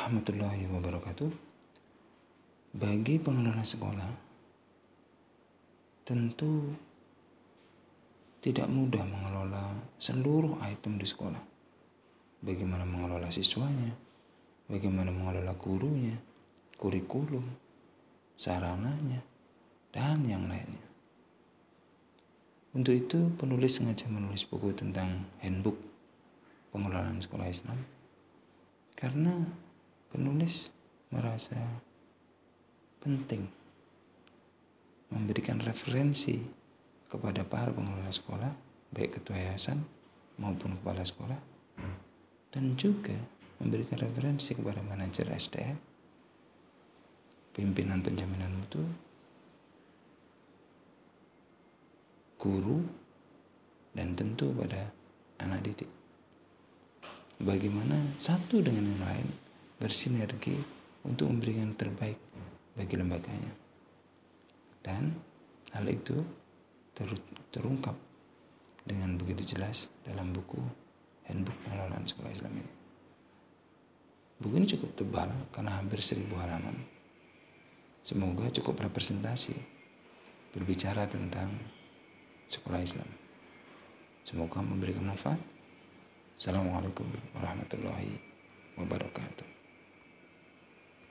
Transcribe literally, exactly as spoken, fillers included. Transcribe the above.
warahmatullahi wabarakatuh. Bagi pengelola sekolah, tentu tidak mudah mengelola seluruh item di sekolah. Bagaimana mengelola siswanya, bagaimana mengelola gurunya, kurikulum, sarananya, dan yang lainnya. Untuk itu, penulis sengaja menulis buku tentang handbook pengelolaan sekolah Islam, karena penulis merasa penting memberikan referensi kepada para pengelola sekolah, baik ketua yayasan maupun kepala sekolah, dan juga memberikan referensi kepada manajer S D M, pimpinan penjaminan mutu, guru, dan tentu pada anak didik. Bagaimana satu dengan yang lain bersinergi untuk memberikan yang terbaik bagi lembaganya. Dan hal itu terungkap dengan begitu jelas dalam buku Handbook Pengelolaan Sekolah Islam ini. Buku ini cukup tebal karena hampir seribu halaman. Semoga cukup representasi berbicara tentang sekolah Islam. Semoga memberikan manfaat. Assalamualaikum warahmatullahi wabarakatuh.